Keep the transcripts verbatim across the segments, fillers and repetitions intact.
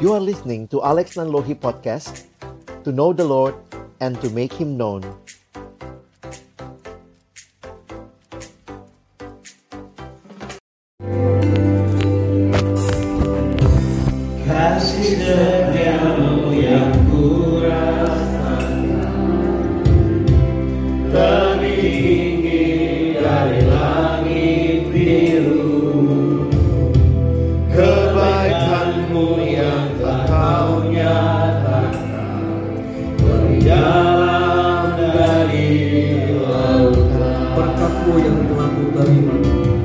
You are listening to Alex Nanlohi Podcast, to know the Lord and to make Him known. Kasih setiamu yang kurasakan lebih tinggi dari langit biru. Kebaikanmu yang telah kau nyatakan berjalan dari lautan. Berkat-Mu yang telah ku terima,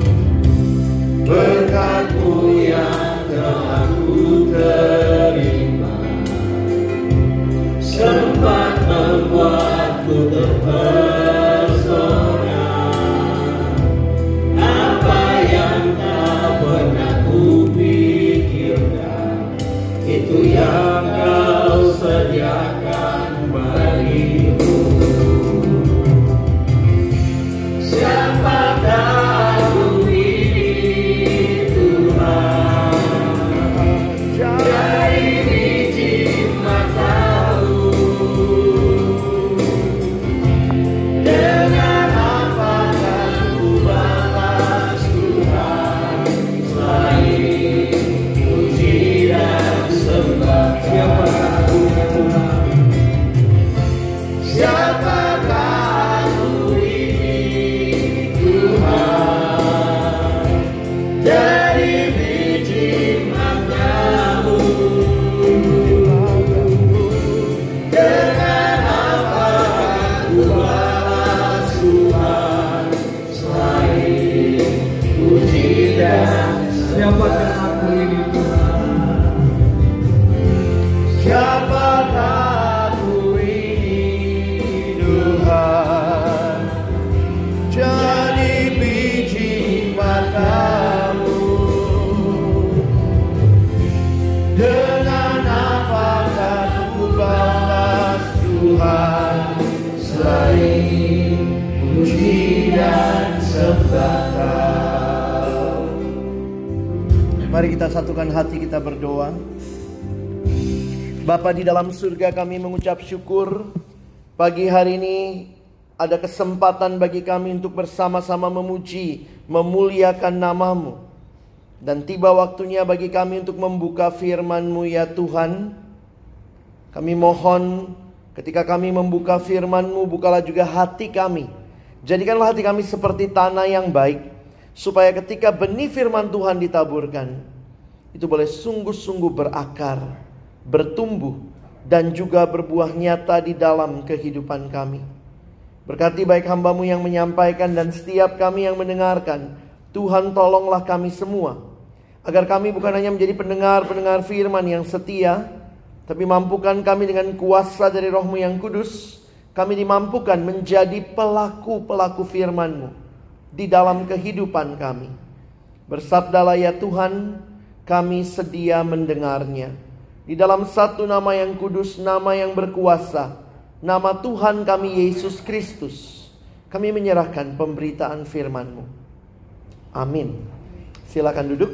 Berkat-Mu yang telah ku terima, sempat membuatku terpesona. Apa yang tak pernah kupikirkan, itu yang Kau sediakan bagiku. Siapakah aku ini, Tuhan? Dari biji matamu, dengan apakah ku balas Tuhan selain puji dan sembah? siapakah aku ya Tuhan? Siapakah aku ini, Tuhan? Dari biji matamu, dengan apakah ku balas Tuhan selain puji dan Siapakah aku ini Tuhan? Siapakah aku ini, Tuhan? Jadi biji matamu, dengan apakah ku balas Tuhan selain puji dan sembah Kau. Mari kita satukan hati, kita berdoa. Bapa di dalam surga, kami mengucap syukur pagi hari ini ada kesempatan bagi kami untuk bersama-sama memuji, memuliakan nama-Mu. Dan tiba waktunya bagi kami untuk membuka firman-Mu ya Tuhan. Kami mohon ketika kami membuka firman-Mu, bukalah juga hati kami. Jadikanlah hati kami seperti tanah yang baik, supaya ketika benih firman Tuhan ditaburkan, itu boleh sungguh-sungguh berakar, bertumbuh, dan juga berbuah nyata di dalam kehidupan kami. Berkati baik hamba-Mu yang menyampaikan dan setiap kami yang mendengarkan. Tuhan, tolonglah kami semua, agar kami bukan hanya menjadi pendengar-pendengar firman yang setia, tapi mampukan kami dengan kuasa dari Roh-Mu yang kudus, kami dimampukan menjadi pelaku-pelaku firman-Mu di dalam kehidupan kami. Bersabdalah ya Tuhan, kami sedia mendengarnya. Di dalam satu nama yang kudus, nama yang berkuasa, nama Tuhan kami Yesus Kristus, kami menyerahkan pemberitaan firman-Mu. Amin. Silakan duduk.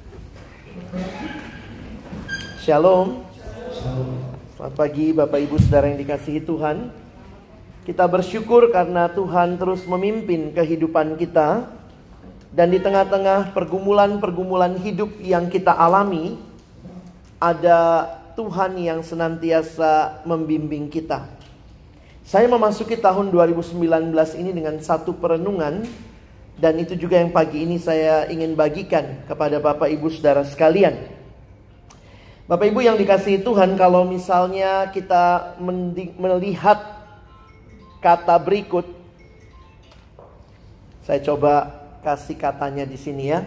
Shalom. Selamat pagi Bapak Ibu Saudara yang dikasihi Tuhan. Kita bersyukur karena Tuhan terus memimpin kehidupan kita. Dan di tengah-tengah pergumulan-pergumulan hidup yang kita alami, ada Tuhan yang senantiasa membimbing kita. Saya memasuki tahun dua ribu sembilan belas ini dengan satu perenungan, dan itu juga yang pagi ini saya ingin bagikan kepada Bapak Ibu Saudara sekalian. Bapak Ibu yang dikasihi Tuhan, kalau misalnya kita melihat kata berikut, saya coba kasih katanya di sini ya.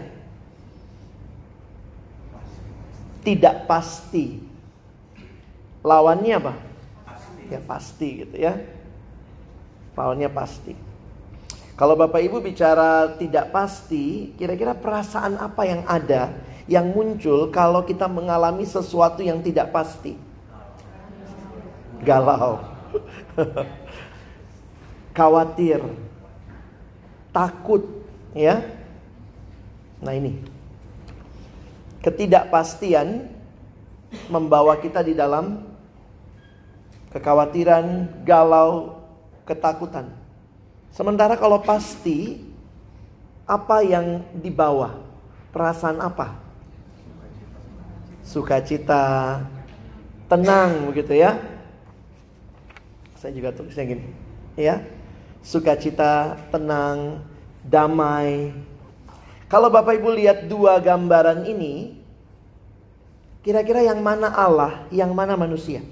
Tidak pasti. Lawannya apa? Pasti. Ya pasti gitu ya. Lawannya pasti. Kalau Bapak Ibu bicara tidak pasti, kira-kira perasaan apa yang ada, yang muncul kalau kita mengalami sesuatu yang tidak pasti? Galau. Khawatir. Takut, ya. Nah ini. Ketidakpastian membawa kita di dalam kekhawatiran, galau, ketakutan. Sementara kalau pasti, apa yang dibawa? Perasaan apa? Sukacita, tenang, begitu ya. Saya juga tulisnya gini, ya. Sukacita, tenang, damai. Kalau Bapak Ibu lihat dua gambaran ini, kira-kira yang mana Allah, yang mana manusia?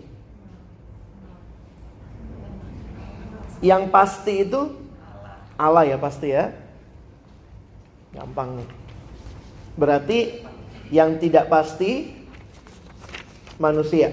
Yang pasti itu Allah ya, pasti ya. Gampang nih. Berarti yang tidak pasti manusia.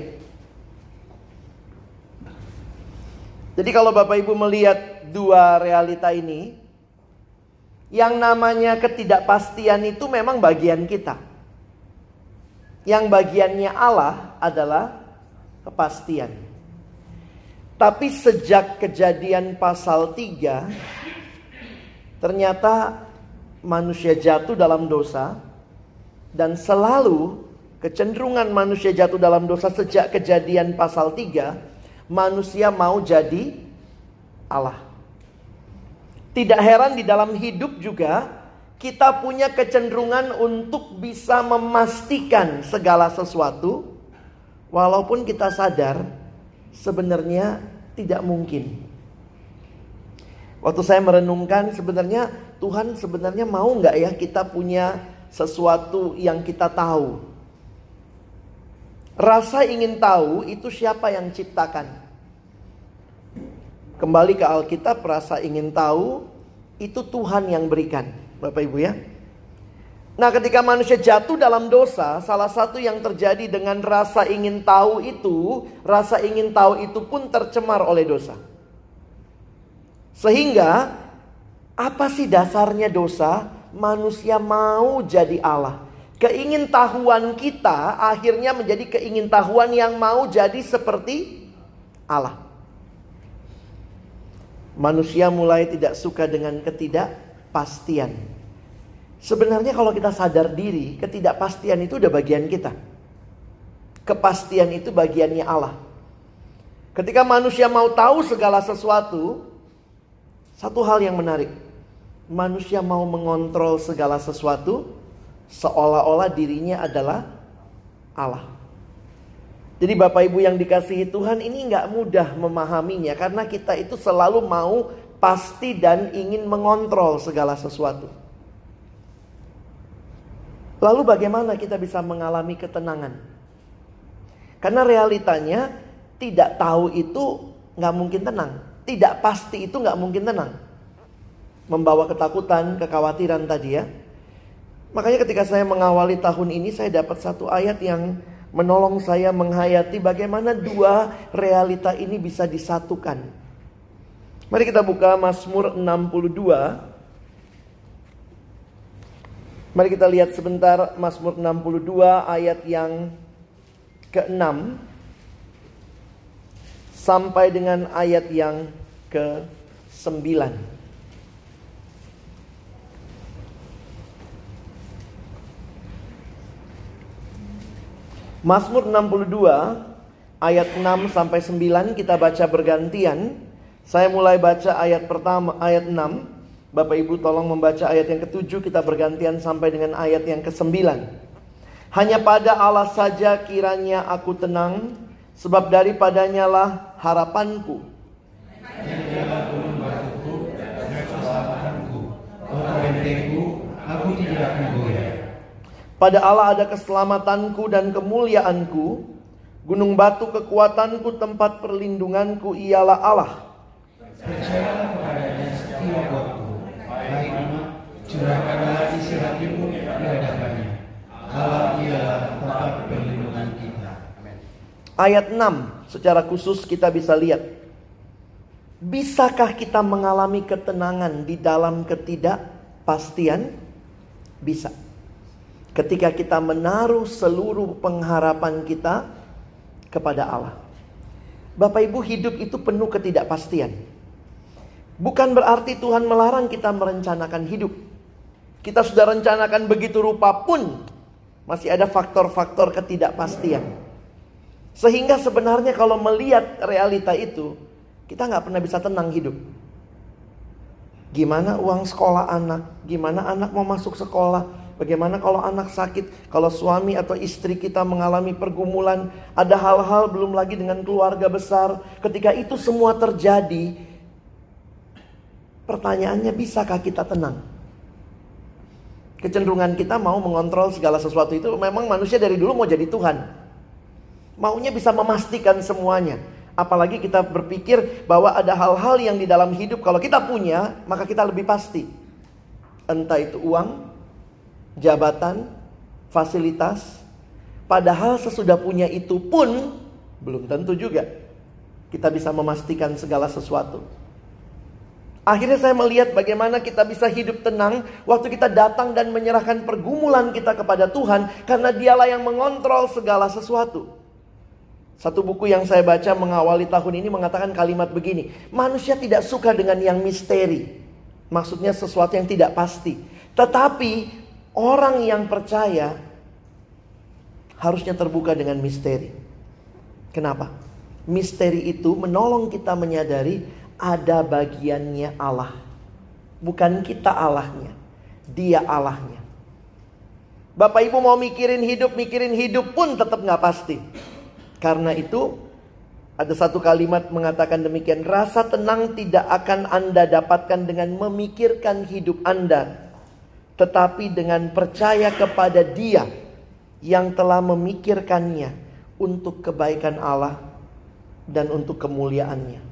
Jadi kalau Bapak Ibu melihat dua realita ini, yang namanya ketidakpastian itu memang bagian kita. Yang bagiannya Allah adalah kepastian. Tapi sejak kejadian pasal tiga, ternyata manusia jatuh dalam dosa. Dan selalu kecenderungan manusia jatuh dalam dosa sejak kejadian pasal tiga, manusia mau jadi Allah. Tidak heran di dalam hidup juga kita punya kecenderungan untuk bisa memastikan segala sesuatu, walaupun kita sadar sebenarnya tidak mungkin. Waktu saya merenungkan, sebenarnya Tuhan sebenarnya mau nggak ya kita punya sesuatu yang kita tahu. Rasa ingin tahu itu siapa yang ciptakan? Kembali ke Alkitab, rasa ingin tahu itu Tuhan yang berikan, Bapak Ibu ya. Nah, ketika manusia jatuh dalam dosa, salah satu yang terjadi dengan rasa ingin tahu itu, rasa ingin tahu itu pun tercemar oleh dosa. Sehingga apa sih dasarnya dosa? Manusia mau jadi Allah. Keingintahuan kita akhirnya menjadi keingintahuan yang mau jadi seperti Allah. Manusia mulai tidak suka dengan ketidakpastian. Sebenarnya kalau kita sadar diri, ketidakpastian itu udah bagian kita. Kepastian itu bagiannya Allah. Ketika manusia mau tahu segala sesuatu, satu hal yang menarik. Manusia mau mengontrol segala sesuatu seolah-olah dirinya adalah Allah. Jadi Bapak Ibu yang dikasihi Tuhan, ini gak mudah memahaminya. Karena kita itu selalu mau pasti dan ingin mengontrol segala sesuatu. Lalu bagaimana kita bisa mengalami ketenangan? Karena realitanya tidak tahu itu gak mungkin tenang. Tidak pasti itu gak mungkin tenang. Membawa ketakutan, kekhawatiran tadi ya. Makanya ketika saya mengawali tahun ini, saya dapat satu ayat yang menolong saya menghayati bagaimana dua realita ini bisa disatukan. Mari kita buka Mazmur enam puluh dua. Mari kita lihat sebentar Mazmur enam puluh dua ayat yang keenam sampai dengan ayat yang kesembilan. Mazmur enam puluh dua ayat enam sampai sembilan kita baca bergantian. Saya mulai baca ayat pertama, ayat enam. Bapak Ibu tolong membaca ayat yang ketujuh, kita bergantian sampai dengan ayat yang kesembilan. Hanya pada Allah saja kiranya aku tenang, sebab daripadanya lah harapanku. Pada Allah ada keselamatanku dan kemuliaanku. Gunung batu kekuatanku, tempat perlindunganku ialah Allah. Percayalah kepadanya setiap waktu. Hai umat, curahkanlah isi hatimu di hadapannya. Allah ialah tempat perlindungan kita. Ayat enam secara khusus kita bisa lihat. Bisakah kita mengalami ketenangan di dalam ketidakpastian? Bisa. Ketika kita menaruh seluruh pengharapan kita kepada Allah. Bapak Ibu, hidup itu penuh ketidakpastian. Bukan berarti Tuhan melarang kita merencanakan hidup. Kita sudah rencanakan begitu rupa pun masih ada faktor-faktor ketidakpastian. Sehingga sebenarnya kalau melihat realita itu, kita nggak pernah bisa tenang hidup. Gimana uang sekolah anak? Gimana anak mau masuk sekolah? Bagaimana kalau anak sakit? Kalau suami atau istri kita mengalami pergumulan, ada hal-hal belum lagi dengan keluarga besar. Ketika itu semua terjadi, pertanyaannya, bisakah kita tenang? Kecenderungan kita mau mengontrol segala sesuatu itu. Memang manusia dari dulu mau jadi Tuhan. Maunya bisa memastikan semuanya. Apalagi kita berpikir bahwa ada hal-hal yang di dalam hidup kalau kita punya, maka kita lebih pasti. Entah itu uang, jabatan, fasilitas. Padahal sesudah punya itu pun belum tentu juga kita bisa memastikan segala sesuatu. Akhirnya saya melihat bagaimana kita bisa hidup tenang waktu kita datang dan menyerahkan pergumulan kita kepada Tuhan, karena Dialah yang mengontrol segala sesuatu. Satu buku yang saya baca mengawali tahun ini mengatakan kalimat begini, manusia tidak suka dengan yang misteri. Maksudnya sesuatu yang tidak pasti. Tetapi orang yang percaya harusnya terbuka dengan misteri. Kenapa? Misteri itu menolong kita menyadari ada bagiannya Allah. Bukan kita Allahnya, Dia Allahnya. Bapak Ibu mau mikirin hidup, mikirin hidup pun tetap gak pasti. Karena itu ada satu kalimat mengatakan demikian, rasa tenang tidak akan Anda dapatkan dengan memikirkan hidup Anda, tetapi dengan percaya kepada Dia yang telah memikirkannya untuk kebaikan Allah dan untuk kemuliaannya.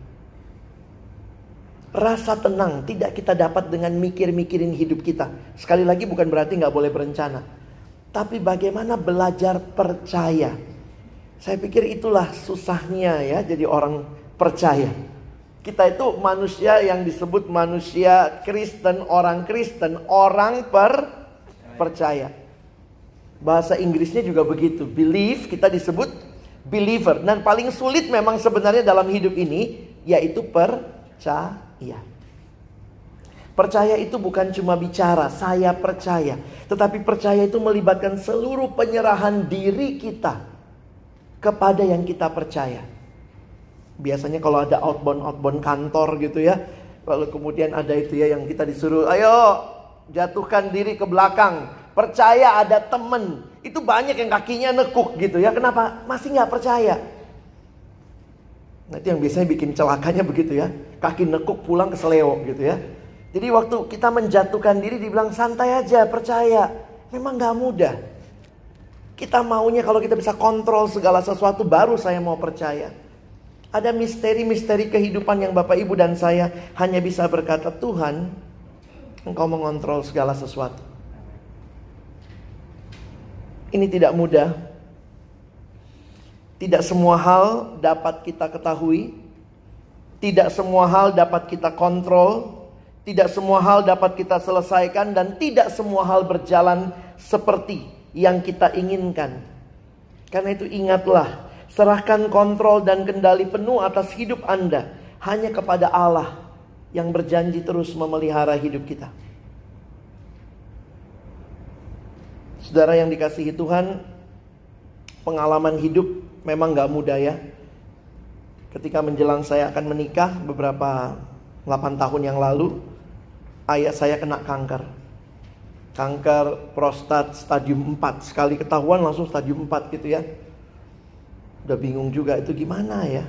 Rasa tenang tidak kita dapat dengan mikir-mikirin hidup kita. Sekali lagi bukan berarti gak boleh berencana, tapi bagaimana belajar percaya. Saya pikir itulah susahnya ya jadi orang percaya. Kita itu manusia yang disebut manusia Kristen, orang Kristen, orang per percaya. Bahasa Inggrisnya juga begitu. Believe, kita disebut believer. Dan paling sulit memang sebenarnya dalam hidup ini yaitu percaya. Percaya itu bukan cuma bicara, saya percaya. Tetapi percaya itu melibatkan seluruh penyerahan diri kita kepada yang kita percaya. Biasanya kalau ada outbound-outbound kantor gitu ya, lalu kemudian ada itu ya yang kita disuruh, ayo jatuhkan diri ke belakang, percaya ada temen. Itu banyak yang kakinya nekuk gitu ya. Kenapa? Masih gak percaya. Nah itu yang biasanya bikin celakanya begitu ya, kaki nekuk pulang ke seleo gitu ya. Jadi waktu kita menjatuhkan diri dibilang santai aja, percaya. Memang gak mudah. Kita maunya kalau kita bisa kontrol segala sesuatu baru saya mau percaya. Ada misteri-misteri kehidupan yang Bapak Ibu dan saya hanya bisa berkata, Tuhan, Engkau mengontrol segala sesuatu. Ini tidak mudah. Tidak semua hal dapat kita ketahui. Tidak semua hal dapat kita kontrol. Tidak semua hal dapat kita selesaikan. Dan tidak semua hal berjalan seperti yang kita inginkan. Karena itu ingatlah, serahkan kontrol dan kendali penuh atas hidup Anda hanya kepada Allah yang berjanji terus memelihara hidup kita. Saudara yang dikasihi Tuhan, pengalaman hidup memang gak mudah ya. Ketika menjelang saya akan menikah beberapa delapan tahun yang lalu, ayah saya kena kanker. Kanker prostat stadium empat. Sekali ketahuan langsung stadium empat gitu ya. Udah bingung juga itu gimana ya.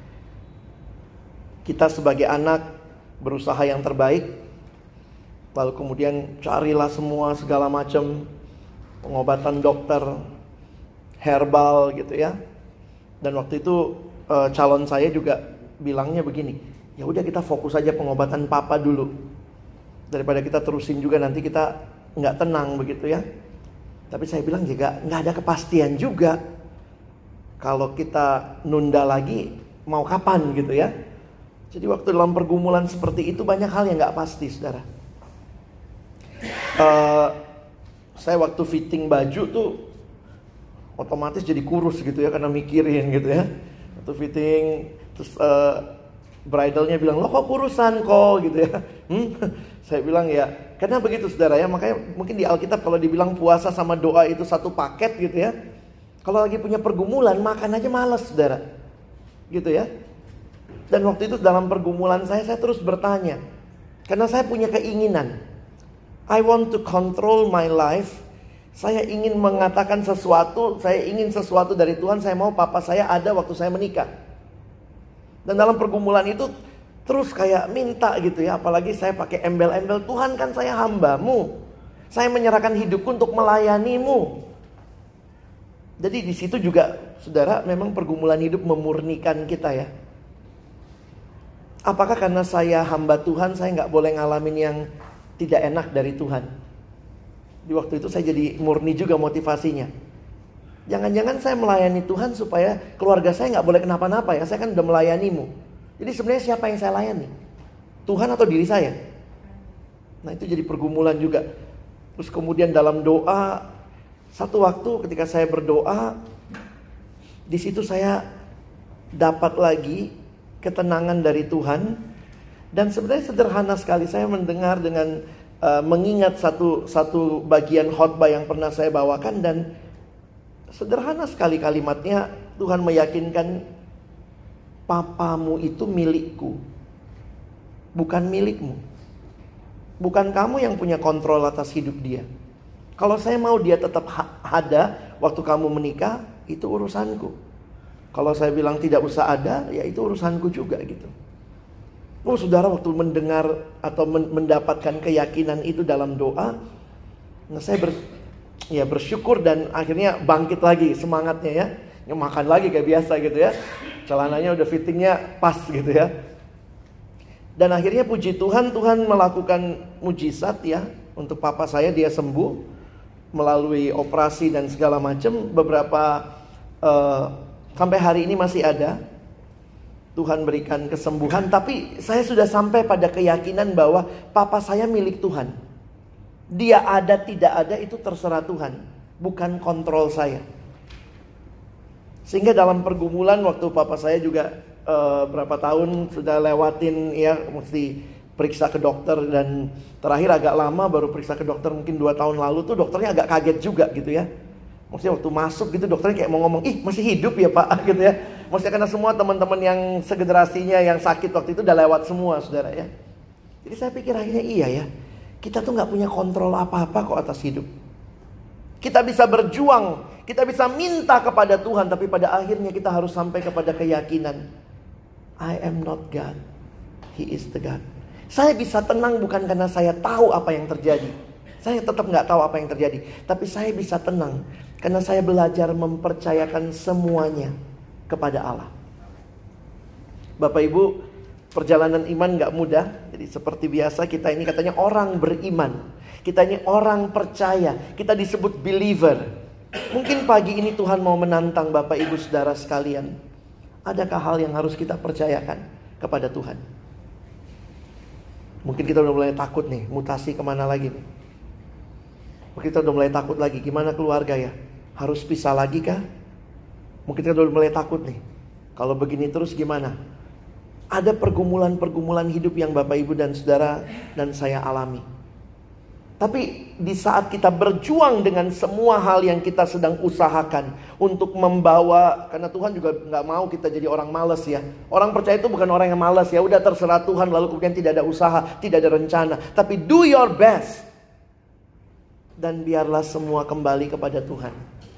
Kita sebagai anak berusaha yang terbaik. Lalu kemudian carilah semua segala macam pengobatan dokter, herbal gitu ya. Dan waktu itu e, calon saya juga bilangnya begini, ya udah kita fokus aja pengobatan papa dulu. Daripada kita terusin juga nanti kita nggak tenang begitu ya. Tapi saya bilang juga nggak ada kepastian juga. Kalau kita nunda lagi mau kapan gitu ya. Jadi waktu dalam pergumulan seperti itu banyak hal yang nggak pasti, saudara. Uh, saya waktu fitting baju tuh otomatis jadi kurus gitu ya karena mikirin gitu ya. Waktu fitting terus uh, bridalnya bilang, lo kok kurusan kok gitu ya. Hmm? Saya bilang ya, karena begitu saudara ya. Makanya mungkin di Alkitab kalau dibilang puasa sama doa itu satu paket gitu ya. Kalau lagi punya pergumulan, makan aja males, saudara. Gitu ya. Dan waktu itu dalam pergumulan saya, saya terus bertanya. Karena saya punya keinginan. I want to control my life. Saya ingin mengatakan sesuatu, saya ingin sesuatu dari Tuhan. Saya mau papa saya ada waktu saya menikah. Dan dalam pergumulan itu terus kayak minta gitu ya. Apalagi saya pakai embel-embel, Tuhan kan saya hambamu. Saya menyerahkan hidupku untuk melayanimu. Jadi di situ juga, saudara, memang pergumulan hidup memurnikan kita ya. Apakah karena saya hamba Tuhan, saya nggak boleh ngalamin yang tidak enak dari Tuhan? Di waktu itu saya jadi murni juga motivasinya. Jangan-jangan saya melayani Tuhan supaya keluarga saya nggak boleh kenapa-napa ya. Saya kan udah melayanimu. Jadi sebenarnya siapa yang saya layani? Tuhan atau diri saya? Nah itu jadi pergumulan juga. Terus kemudian dalam doa, satu waktu ketika saya berdoa, di situ saya dapat lagi ketenangan dari Tuhan. Dan sebenarnya sederhana sekali, saya mendengar dengan uh, mengingat satu satu bagian khotbah yang pernah saya bawakan, dan sederhana sekali kalimatnya. Tuhan meyakinkan, papamu itu milikku, bukan milikmu. Bukan kamu yang punya kontrol atas hidup dia. Kalau saya mau dia tetap ada waktu kamu menikah, itu urusanku. Kalau saya bilang tidak usah ada, ya itu urusanku juga gitu. Oh saudara, waktu mendengar atau mendapatkan keyakinan itu dalam doa, nah saya ber, ya bersyukur dan akhirnya bangkit lagi semangatnya ya. Ya makan lagi kayak biasa gitu ya. Celananya udah fittingnya pas gitu ya. Dan akhirnya puji Tuhan, Tuhan melakukan mujizat ya. Untuk papa saya, dia sembuh melalui operasi dan segala macam. Beberapa uh, sampai hari ini masih ada. Tuhan berikan kesembuhan. Tapi saya sudah sampai pada keyakinan bahwa papa saya milik Tuhan. Dia ada tidak ada itu terserah Tuhan, bukan kontrol saya. Sehingga dalam pergumulan waktu papa saya juga uh, berapa tahun sudah lewatin ya, mesti periksa ke dokter, dan terakhir agak lama baru periksa ke dokter mungkin dua tahun lalu tuh dokternya agak kaget juga gitu ya. Maksudnya waktu masuk gitu dokternya kayak mau ngomong, ih masih hidup ya pak gitu ya. Maksudnya karena semua teman-teman yang segenerasinya yang sakit waktu itu udah lewat semua saudara ya. Jadi saya pikir akhirnya iya ya, kita tuh gak punya kontrol apa-apa kok atas hidup. Kita bisa berjuang, kita bisa minta kepada Tuhan, tapi pada akhirnya kita harus sampai kepada keyakinan, I am not God, He is the God. Saya bisa tenang bukan karena saya tahu apa yang terjadi. Saya tetap gak tahu apa yang terjadi. Tapi saya bisa tenang karena saya belajar mempercayakan semuanya kepada Allah. Bapak Ibu, perjalanan iman gak mudah. Jadi seperti biasa kita ini katanya orang beriman. Kita ini orang percaya. Kita disebut believer. Mungkin pagi ini Tuhan mau menantang Bapak Ibu Saudara sekalian. Adakah hal yang harus kita percayakan kepada Tuhan? Mungkin kita udah mulai takut nih, mutasi kemana lagi nih? Mungkin kita udah mulai takut lagi, gimana keluarga ya? Harus pisah lagi kah? Mungkin kita udah mulai takut nih, kalau begini terus gimana? Ada pergumulan-pergumulan hidup yang Bapak Ibu dan Saudara dan saya alami. Tapi di saat kita berjuang dengan semua hal yang kita sedang usahakan untuk membawa, karena Tuhan juga gak mau kita jadi orang malas ya. Orang percaya itu bukan orang yang malas ya, udah terserah Tuhan lalu kemudian tidak ada usaha, tidak ada rencana. Tapi do your best. Dan biarlah semua kembali kepada Tuhan.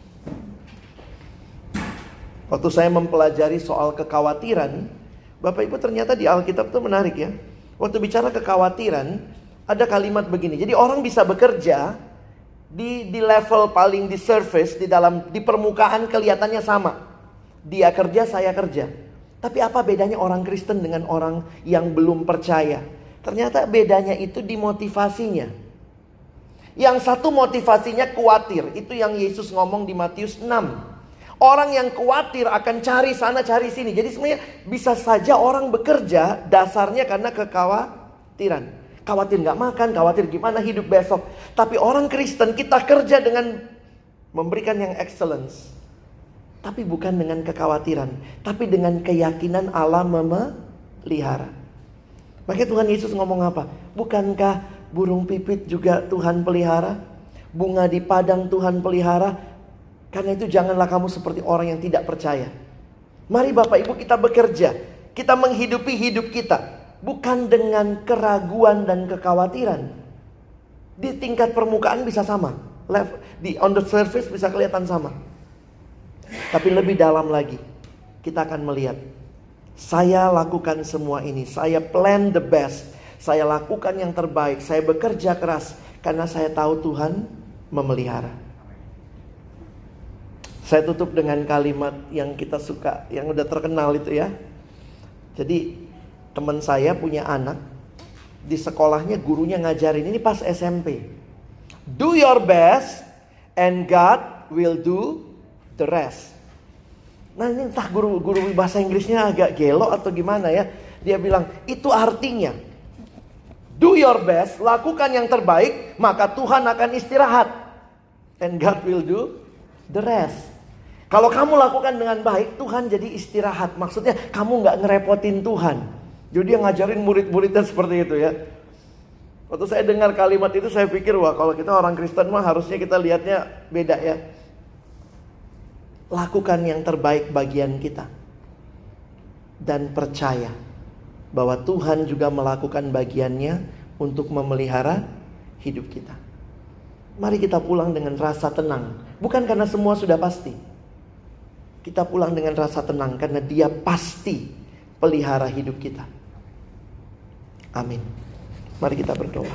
Waktu saya mempelajari soal kekhawatiran, Bapak Ibu ternyata di Alkitab itu menarik ya. Waktu bicara kekhawatiran, ada kalimat begini. Jadi orang bisa bekerja di di level paling di surface, di dalam di permukaan kelihatannya sama. Dia kerja, saya kerja. Tapi apa bedanya orang Kristen dengan orang yang belum percaya? Ternyata bedanya itu di motivasinya. Yang satu motivasinya khawatir. Itu yang Yesus ngomong di Matius enam. Orang yang khawatir akan cari sana cari sini. Jadi sebenarnya bisa saja orang bekerja dasarnya karena kekhawatiran. Khawatir gak makan, khawatir gimana hidup besok. Tapi orang Kristen kita kerja dengan memberikan yang excellence. Tapi bukan dengan kekhawatiran. Tapi dengan keyakinan Allah memelihara. Makanya Tuhan Yesus ngomong apa? Bukankah burung pipit juga Tuhan pelihara? Bunga di padang Tuhan pelihara? Karena itu janganlah kamu seperti orang yang tidak percaya. Mari Bapak Ibu kita bekerja. Kita menghidupi hidup kita. Bukan dengan keraguan dan kekhawatiran. Di tingkat permukaan bisa sama. Di on the surface bisa kelihatan sama. Tapi lebih dalam lagi. Kita akan melihat. Saya lakukan semua ini. Saya plan the best. Saya lakukan yang terbaik. Saya bekerja keras. Karena saya tahu Tuhan memelihara. Saya tutup dengan kalimat yang kita suka. Yang udah terkenal itu ya. Jadi teman saya punya anak. Di sekolahnya gurunya ngajarin. Ini pas S M P. Do your best. And God will do the rest. Nah ini entah guru-guru bahasa Inggrisnya agak gelo atau gimana ya. Dia bilang itu artinya do your best, lakukan yang terbaik, maka Tuhan akan istirahat. And God will do the rest. Kalau kamu lakukan dengan baik, Tuhan jadi istirahat. Maksudnya kamu gak ngerepotin Tuhan. Jadi dia ngajarin murid-muridnya seperti itu ya. Waktu saya dengar kalimat itu saya pikir, wah kalau kita orang Kristen mah harusnya kita lihatnya beda ya. Lakukan yang terbaik bagian kita. Dan percaya bahwa Tuhan juga melakukan bagiannya untuk memelihara hidup kita. Mari kita pulang dengan rasa tenang. Bukan karena semua sudah pasti. Kita pulang dengan rasa tenang karena Dia pasti pelihara hidup kita. Amin. Mari kita berdoa.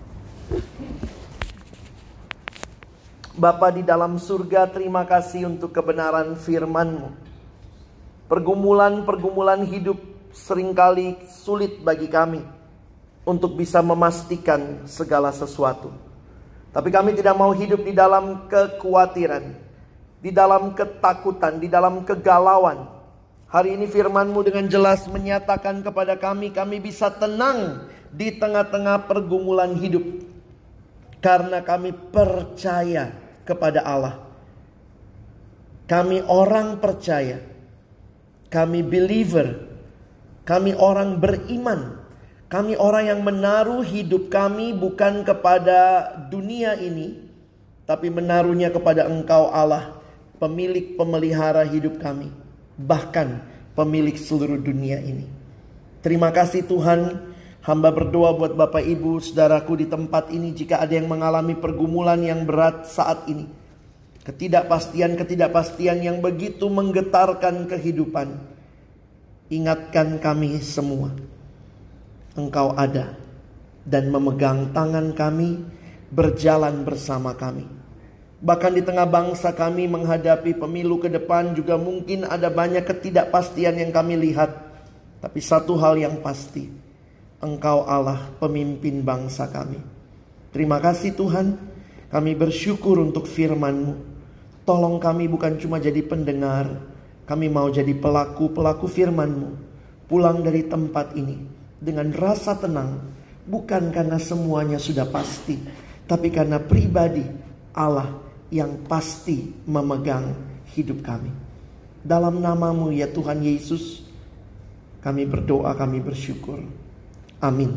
Bapa di dalam surga, terima kasih untuk kebenaran firman-Mu. Pergumulan-pergumulan hidup seringkali sulit bagi kami untuk bisa memastikan segala sesuatu. Tapi kami tidak mau hidup di dalam kekhawatiran, di dalam ketakutan, di dalam kegalauan. Hari ini firman-Mu dengan jelas menyatakan kepada kami, kami bisa tenang di tengah-tengah pergumulan hidup. Karena kami percaya kepada Allah. Kami orang percaya. Kami believer. Kami orang beriman. Kami orang yang menaruh hidup kami bukan kepada dunia ini, tapi menaruhnya kepada Engkau Allah, pemilik pemelihara hidup kami, bahkan pemilik seluruh dunia ini. Terima kasih Tuhan. Hamba berdoa buat Bapak Ibu saudaraku di tempat ini, jika ada yang mengalami pergumulan yang berat saat ini, ketidakpastian-ketidakpastian yang begitu menggetarkan kehidupan, ingatkan kami semua, Engkau ada dan memegang tangan kami, berjalan bersama kami. Bahkan di tengah bangsa kami menghadapi pemilu ke depan juga mungkin ada banyak ketidakpastian yang kami lihat. Tapi satu hal yang pasti, Engkau Allah pemimpin bangsa kami. Terima kasih Tuhan. Kami bersyukur untuk firman-Mu. Tolong kami bukan cuma jadi pendengar. Kami mau jadi pelaku-pelaku firman-Mu. Pulang dari tempat ini dengan rasa tenang. Bukan karena semuanya sudah pasti, tapi karena pribadi Allah yang pasti memegang hidup kami. Dalam nama-Mu ya Tuhan Yesus, kami berdoa, kami bersyukur. Amin.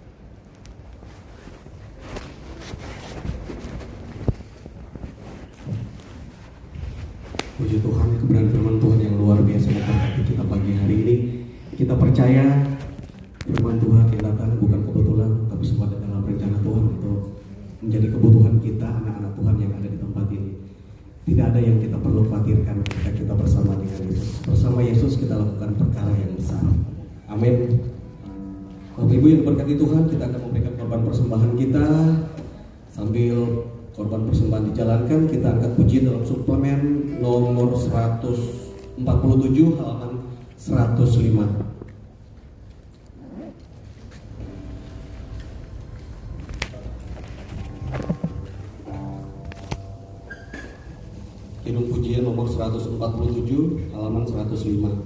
Puji Tuhan, kebenaran firman Tuhan yang luar biasa memberkati kita pagi hari ini. Kita percaya firman Tuhan yang datang bukan kebetulan, tapi semua dalam rencana Tuhan untuk menjadi kebutuhan kita, anak-anak Tuhan yang ada di tempat ini. Tidak ada yang kita perlu khawatirkan ketika kita bersama dengan Yesus. Bersama Yesus kita lakukan perkara yang besar. Amin. Bapak Ibu yang diberkati Tuhan, kita akan memberikan korban persembahan kita. Sambil korban persembahan dijalankan, kita angkat pujian dalam suplemen nomor seratus empat puluh tujuh halaman seratus lima. Kidung pujian nomor seratus empat puluh tujuh halaman seratus lima.